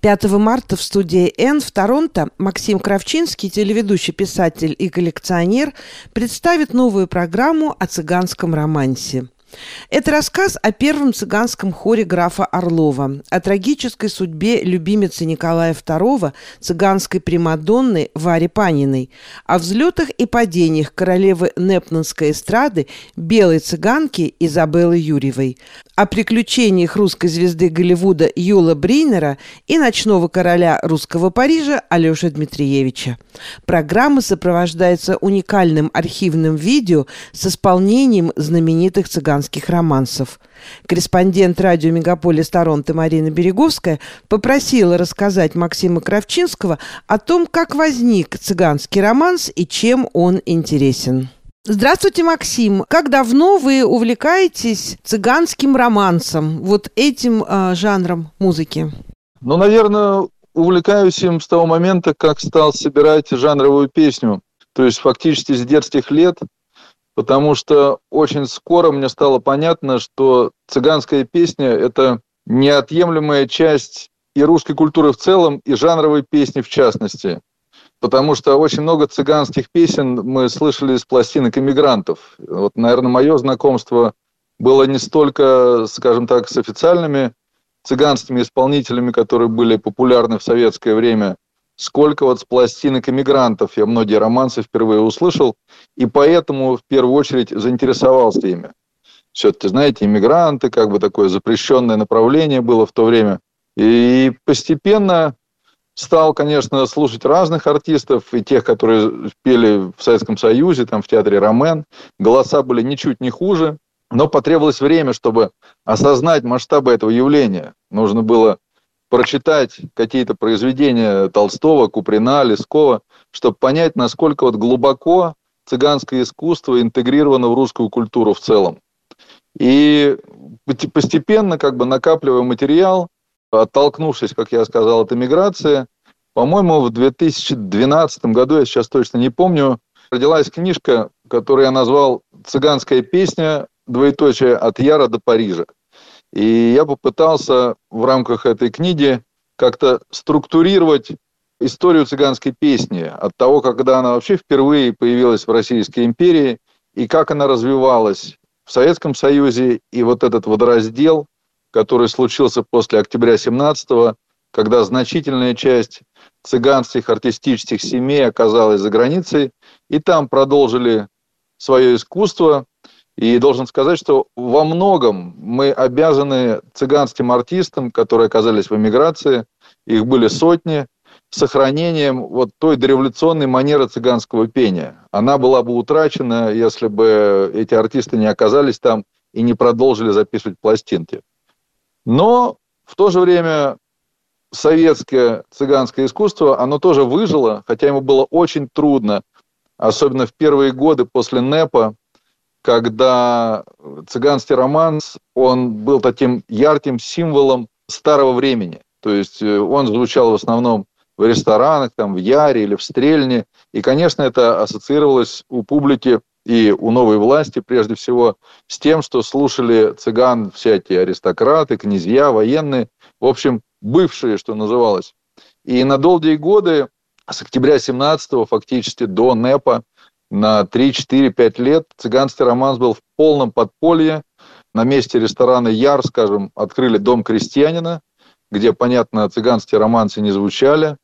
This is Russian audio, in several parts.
5 марта в студии «Н» в Торонто Максим Кравчинский, телеведущий, писатель и коллекционер, представит новую программу о цыганском романсе. Это рассказ о первом цыганском хоре графа Орлова, о трагической судьбе любимицы Николая II, цыганской примадонны Вари Паниной, о взлетах и падениях королевы Непманской эстрады белой цыганки Изабеллы Юрьевой, о приключениях русской звезды Голливуда Юла Бринера и ночного короля русского Парижа Алеши Дмитриевича. Программа сопровождается уникальным архивным видео с исполнением знаменитых цыганских романсов. Корреспондент радио «Мегаполис Торонто» Марина Береговская попросила рассказать Максима Кравчинского о том, как возник цыганский романс и чем он интересен. Здравствуйте, Максим. Как давно вы увлекаетесь цыганским романсом, вот этим жанром музыки? Наверное, увлекаюсь им с того момента, как стал собирать жанровую песню. То есть фактически с детских лет, потому что очень скоро мне стало понятно, что цыганская песня – это неотъемлемая часть и русской культуры в целом, и жанровой песни в частности. Потому что очень много цыганских песен мы слышали из пластинок эмигрантов. Вот, наверное, мое знакомство было не столько, скажем так, с официальными цыганскими исполнителями, которые были популярны в советское время, сколько вот с пластинок эмигрантов я многие романсы впервые услышал, и поэтому в первую очередь заинтересовался ими. Все-таки, знаете, эмигранты, как бы такое запрещенное направление было в то время. И постепенно стал, конечно, слушать разных артистов, и тех, которые пели в Советском Союзе, там в театре «Ромен». Голоса были ничуть не хуже, но потребовалось время, чтобы осознать масштабы этого явления. Нужно было прочитать какие-то произведения Толстого, Куприна, Лескова, чтобы понять, насколько вот глубоко цыганское искусство интегрировано в русскую культуру в целом. И постепенно, как бы накапливая материал, оттолкнувшись, как я сказал, от эмиграции, по-моему, в 2012 году, я сейчас точно не помню, родилась книжка, которую я назвал «Цыганская песня. От Яра до Парижа». И я попытался в рамках этой книги как-то структурировать историю цыганской песни от того, когда она вообще впервые появилась в Российской империи, и как она развивалась в Советском Союзе, и вот этот водораздел, который случился после октября 17-го, когда значительная часть цыганских артистических семей оказалась за границей, и там продолжили свое искусство. И должен сказать, что во многом мы обязаны цыганским артистам, которые оказались в эмиграции, их были сотни, сохранением вот той дореволюционной манеры цыганского пения. Она была бы утрачена, если бы эти артисты не оказались там и не продолжили записывать пластинки. Но в то же время советское цыганское искусство, оно тоже выжило, хотя ему было очень трудно, особенно в первые годы после НЭПа, когда цыганский романс, он был таким ярким символом старого времени. То есть он звучал в основном в ресторанах, там, в Яре или в Стрельне. И, конечно, это ассоциировалось у публики и у новой власти, прежде всего, с тем, что слушали цыган всякие аристократы, князья, военные, в общем, бывшие, что называлось. И на долгие годы, с октября 17-го фактически до НЭПа, на 3, 4, 5 лет цыганский романс был в полном подполье. На месте ресторана «Яр», скажем, открыли дом крестьянина, где, понятно, цыганские романсы не звучали.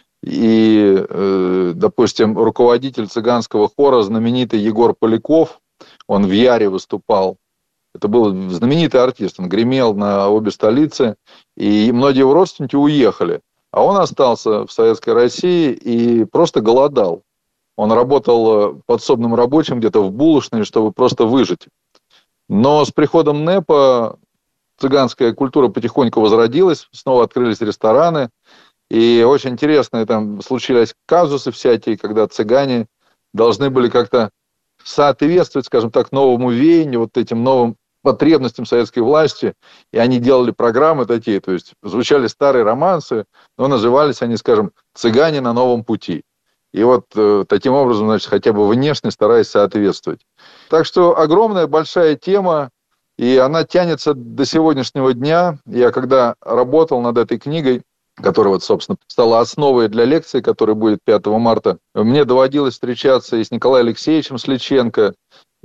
И, допустим, руководитель цыганского хора, знаменитый Егор Поляков, он в Яре выступал. Это был знаменитый артист, он гремел на обе столицы, и многие его родственники уехали. А он остался в Советской России и просто голодал. Он работал подсобным рабочим где-то в булочной, чтобы просто выжить. Но с приходом НЭПа цыганская культура потихоньку возродилась, снова открылись рестораны. И очень интересные там случились казусы всякие, когда цыгане должны были как-то соответствовать, скажем так, новому веянию, вот этим новым потребностям советской власти. И они делали программы такие, то есть звучали старые романсы, но назывались они, скажем, «Цыгане на новом пути». И вот таким образом, значит, хотя бы внешне стараясь соответствовать. Так что огромная, большая тема, и она тянется до сегодняшнего дня. Я когда работал над этой книгой, которая, вот, собственно, стала основой для лекции, которая будет 5 марта. Мне доводилось встречаться и с Николаем Алексеевичем Сличенко,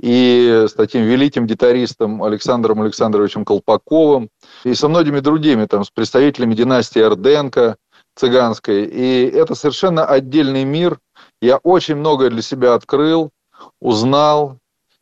и с таким великим гитаристом Александром Александровичем Колпаковым, и со многими другими, там, с представителями династии Орденко цыганской. И это совершенно отдельный мир. Я очень многое для себя открыл, узнал.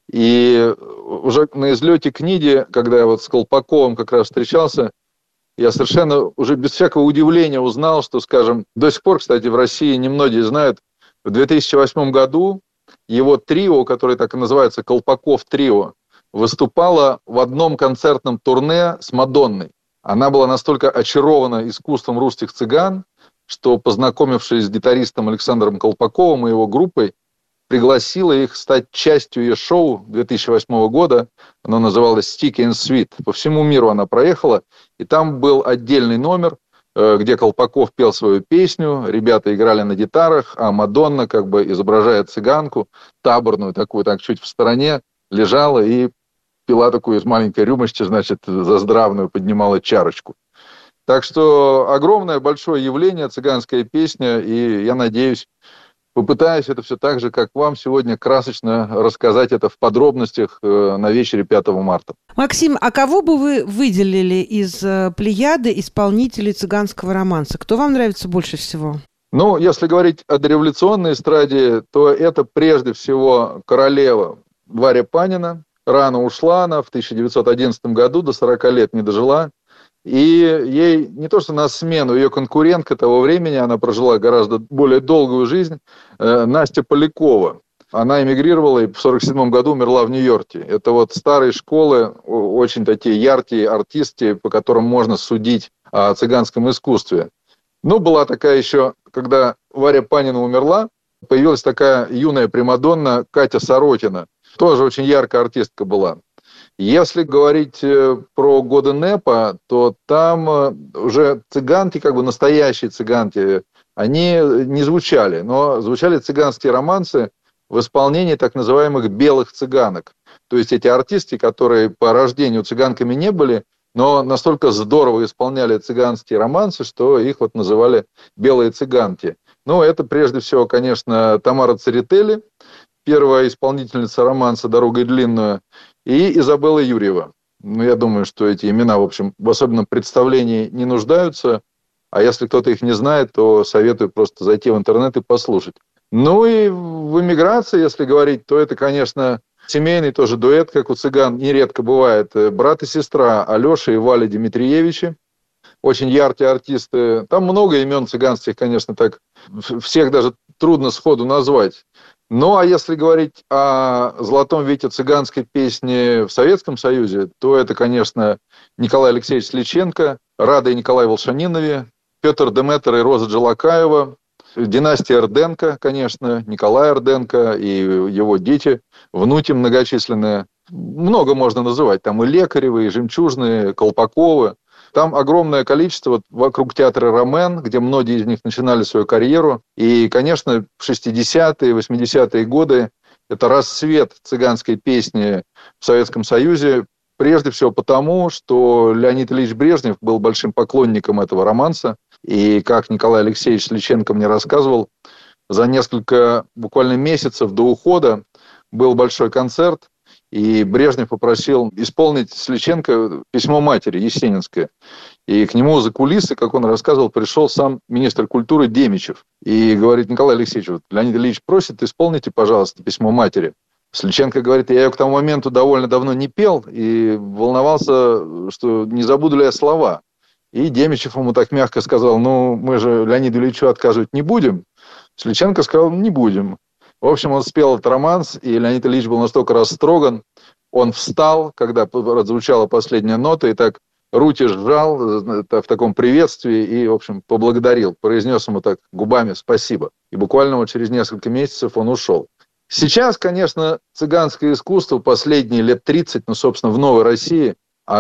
И уже на излете книги, когда я вот с Колпаковым как раз встречался, я совершенно уже без всякого удивления узнал, что, скажем, до сих пор, кстати, в России немногие знают, в 2008 году его трио, которое так и называется «Колпаков трио», выступало в одном концертном турне с Мадонной. Она была настолько очарована искусством русских цыган, что, познакомившись с гитаристом Александром Колпаковым и его группой, пригласила их стать частью ее шоу 2008 года. Оно называлось «Stick and Sweet». По всему миру она проехала, и там был отдельный номер, где Колпаков пел свою песню, ребята играли на гитарах, а Мадонна, как бы изображая цыганку, таборную такую, так чуть в стороне, лежала и пила такую из маленькой рюмочки, значит, заздравную, поднимала чарочку. Так что огромное, большое явление, цыганская песня, и я надеюсь, попытаюсь это все так же, как вам сегодня, красочно рассказать это в подробностях на вечере 5 марта. Максим, а кого бы вы выделили из плеяды исполнителей цыганского романса? Кто вам нравится больше всего? Ну, если говорить о дореволюционной эстраде, то это прежде всего королева Варя Панина. Рано ушла она в 1911 году, до 40 лет не дожила. И ей не то что на смену, ее конкурентка того времени, она прожила гораздо более долгую жизнь, Настя Полякова. Она эмигрировала и в 1947 году умерла в Нью-Йорке. Это вот старые школы, очень такие яркие артисты, по которым можно судить о цыганском искусстве. Ну, была такая еще, когда Варя Панина умерла, появилась такая юная примадонна Катя Сорокина. Тоже очень яркая артистка была. Если говорить про годы НЭПа, то там уже цыганки, как бы настоящие цыганки, они не звучали, но звучали цыганские романсы в исполнении так называемых белых цыганок. То есть эти артисты, которые по рождению цыганками не были, но настолько здорово исполняли цыганские романсы, что их вот называли белые цыганки. Ну, это прежде всего, конечно, Тамара Церетели, первая исполнительница романса «Дорогой длинную», и Изабелла Юрьева. Ну, я думаю, что эти имена, в общем, в особенном представлении не нуждаются, а если кто-то их не знает, то советую просто зайти в интернет и послушать. Ну и в эмиграции, если говорить, то это, конечно, семейный тоже дуэт, как у цыган нередко бывает, брат и сестра Алеша и Валя Дмитриевичи. Очень яркие артисты. Там много имен цыганских, конечно, так всех даже трудно сходу назвать. Ну, а если говорить о золотом веке цыганской песни в Советском Союзе, то это, конечно, Николай Алексеевич Сличенко, Рада и Николай Волшанинове, Петр Деметр и Роза Джалакаева, династия Орденко, конечно, Николай Орденко и его дети, внуки многочисленные. Много можно называть. Там и Лекаревы, и Жемчужные, Колпаковы. Там огромное количество вот, вокруг театра «Ромен», где многие из них начинали свою карьеру. И, конечно, в 60-е, 80-е годы это расцвет цыганской песни в Советском Союзе. Прежде всего потому, что Леонид Ильич Брежнев был большим поклонником этого романса. И, как Николай Алексеевич Сличенко мне рассказывал, за несколько буквально месяцев до ухода был большой концерт, и Брежнев попросил исполнить Сличенко письмо матери Есенинское. И к нему за кулисы, как он рассказывал, пришел сам министр культуры Демичев. И говорит: Николай Алексеевич, вот Леонид Ильич просит, исполните, пожалуйста, письмо матери. Сличенко говорит: я ее к тому моменту довольно давно не пел и волновался, что не забуду ли я слова. И Демичев ему так мягко сказал: ну, мы же Леониду Ильичу отказывать не будем. Сличенко сказал: не будем. В общем, он спел этот романс, и Леонид Ильич был настолько растроган, он встал, когда прозвучала последняя нота, и так руки сжал в таком приветствии и, в общем, поблагодарил. Произнес ему так губами «спасибо». И буквально вот через несколько месяцев он ушел. Сейчас, конечно, цыганское искусство последние лет 30, ну, собственно, в Новой России,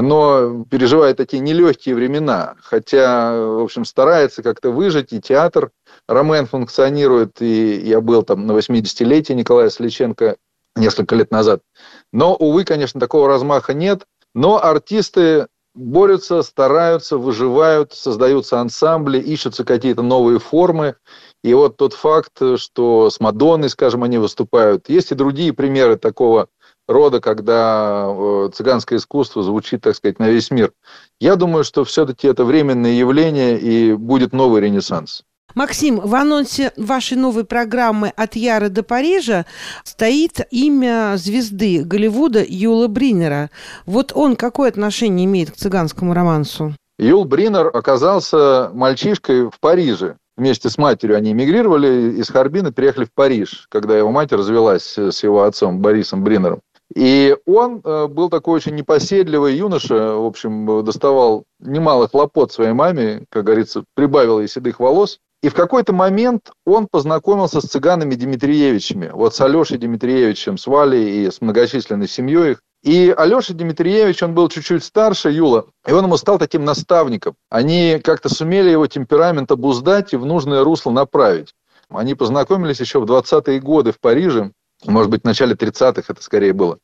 оно переживает такие нелегкие времена, хотя, в общем, старается как-то выжить, и театр «Ромен» функционирует, и я был там на 80-летии Николая Сличенко несколько лет назад. Но, увы, конечно, такого размаха нет, но артисты борются, стараются, выживают, создаются ансамбли, ищутся какие-то новые формы. И вот тот факт, что с Мадонной, скажем, они выступают. Есть и другие примеры такого рода, когда цыганское искусство звучит, так сказать, на весь мир. Я думаю, что все-таки это временное явление и будет новый ренессанс. Максим, в анонсе вашей новой программы «От Яры до Парижа» стоит имя звезды Голливуда Юла Бриннера. Вот он какое отношение имеет к цыганскому романсу? Юл Бриннер оказался мальчишкой в Париже. Вместе с матерью они эмигрировали из Харбина, переехали в Париж, когда его мать развелась с его отцом Борисом Бриннером. И он был такой очень непоседливый юноша, в общем, доставал немало хлопот своей маме, как говорится, прибавил ей седых волос. И в какой-то момент он познакомился с цыганами Дмитриевичами, вот с Алешей Дмитриевичем, с Валей и с многочисленной семьей их. И Алеша Дмитриевич, он был чуть-чуть старше Юла, и он ему стал таким наставником. Они как-то сумели его темперамент обуздать и в нужное русло направить. Они познакомились еще в 20-е годы в Париже, может быть, в начале 30-х это скорее было.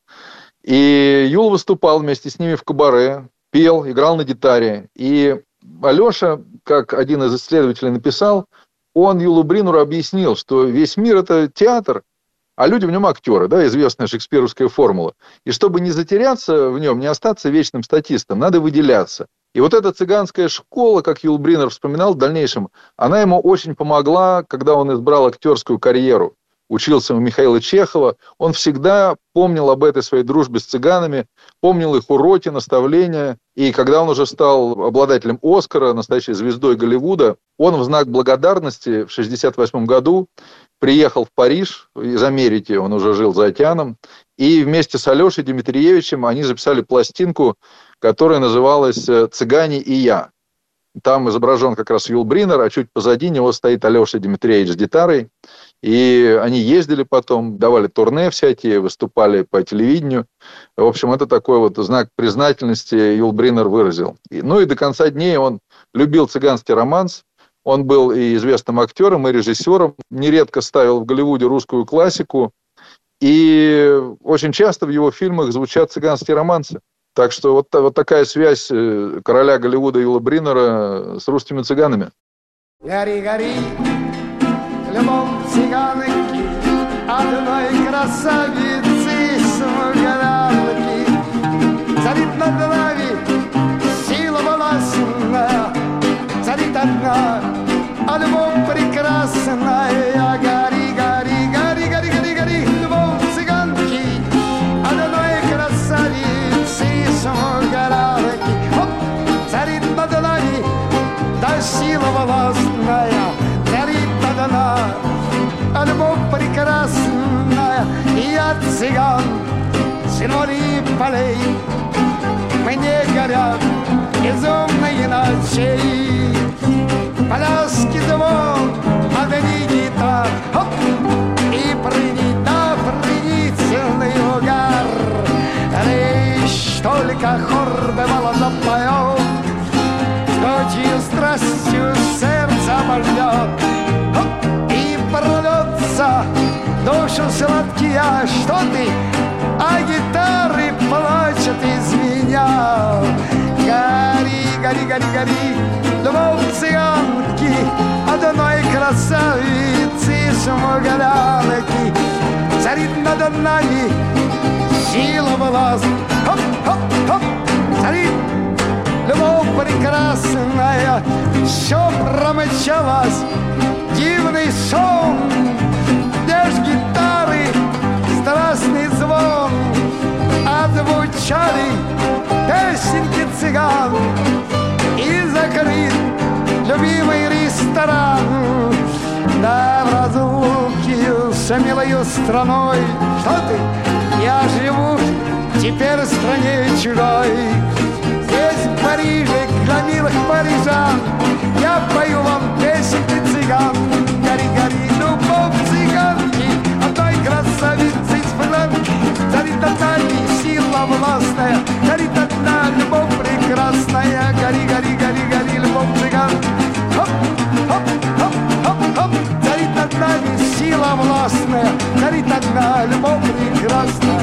И Юл выступал вместе с ними в кабаре, пел, играл на гитаре. И Алеша, как один из исследователей написал, он Юлу Бриннеру объяснил, что весь мир – это театр, а люди в нем актеры, да, известная шекспировская формула. И чтобы не затеряться в нем, не остаться вечным статистом, надо выделяться. И вот эта цыганская школа, как Юл Бриннер вспоминал в дальнейшем, она ему очень помогла, когда он избрал актерскую карьеру. Учился у Михаила Чехова, он всегда помнил об этой своей дружбе с цыганами, помнил их уроки, наставления. И когда он уже стал обладателем Оскара, настоящей звездой Голливуда, он в знак благодарности в 1968 году приехал в Париж из Америки, он уже жил за океаном, и вместе с Алешей Дмитриевичем они записали пластинку, которая называлась «Цыгане и я». Там изображен как раз Юл Бриннер, а чуть позади него стоит Алеша Дмитриевич с гитарой. И они ездили потом, давали турне всякие, выступали по телевидению. В общем, это такой вот знак признательности Юл Бриннер выразил. Ну и до конца дней он любил цыганский романс. Он был и известным актером, и режиссером. Нередко ставил в Голливуде русскую классику. И очень часто в его фильмах звучат цыганские романсы. Так что вот такая связь короля Голливуда Юла Бриннера с русскими цыганами. Гори, гори, любовь цыганки, одной красавицы смуглянки. Царит над нами сила властная, царит одна, а любовь прекрасная. Гори, гори, гори, гори, гори, гори, любовь цыганки, одной красавицы смуглянки. Царит над нами та сила властная, царит одна, а любовь прекрасная. И от цыган синони полей мне горят безумные ночей. Пляски звон, одни гитар, и принята пленительный угар. Лишь только хор бывало запоет, ночью страстью сердце обожжет, и прольется душу сладкие, что ты, а гитары плачут из меня. Гори, гори, гори, гори, любовь цыганки, одной красавицы смуглянки. Царит над нами сила власть, хоп-хоп-хоп, царит любовь прекрасная. Все промчалось, дивный сон, где ж гитары, страстный звон, отзвучали песенки цыган, и закрыт любимый ресторан. Да в разлуке с милою страной, что ты, я живу теперь в стране чужой. Здесь в Париже для милых парижан я пою вам песенки цыган. Гори, гори, любовь цыганки, одной красавицы из Франки. Царит одна сила властная, царит одна любовь прекрасная. Гори, гори, гори, гори, любовь цыган. Хоп, хоп, хоп, хоп, хоп. Царит одна сила властная, царит одна любовь прекрасная.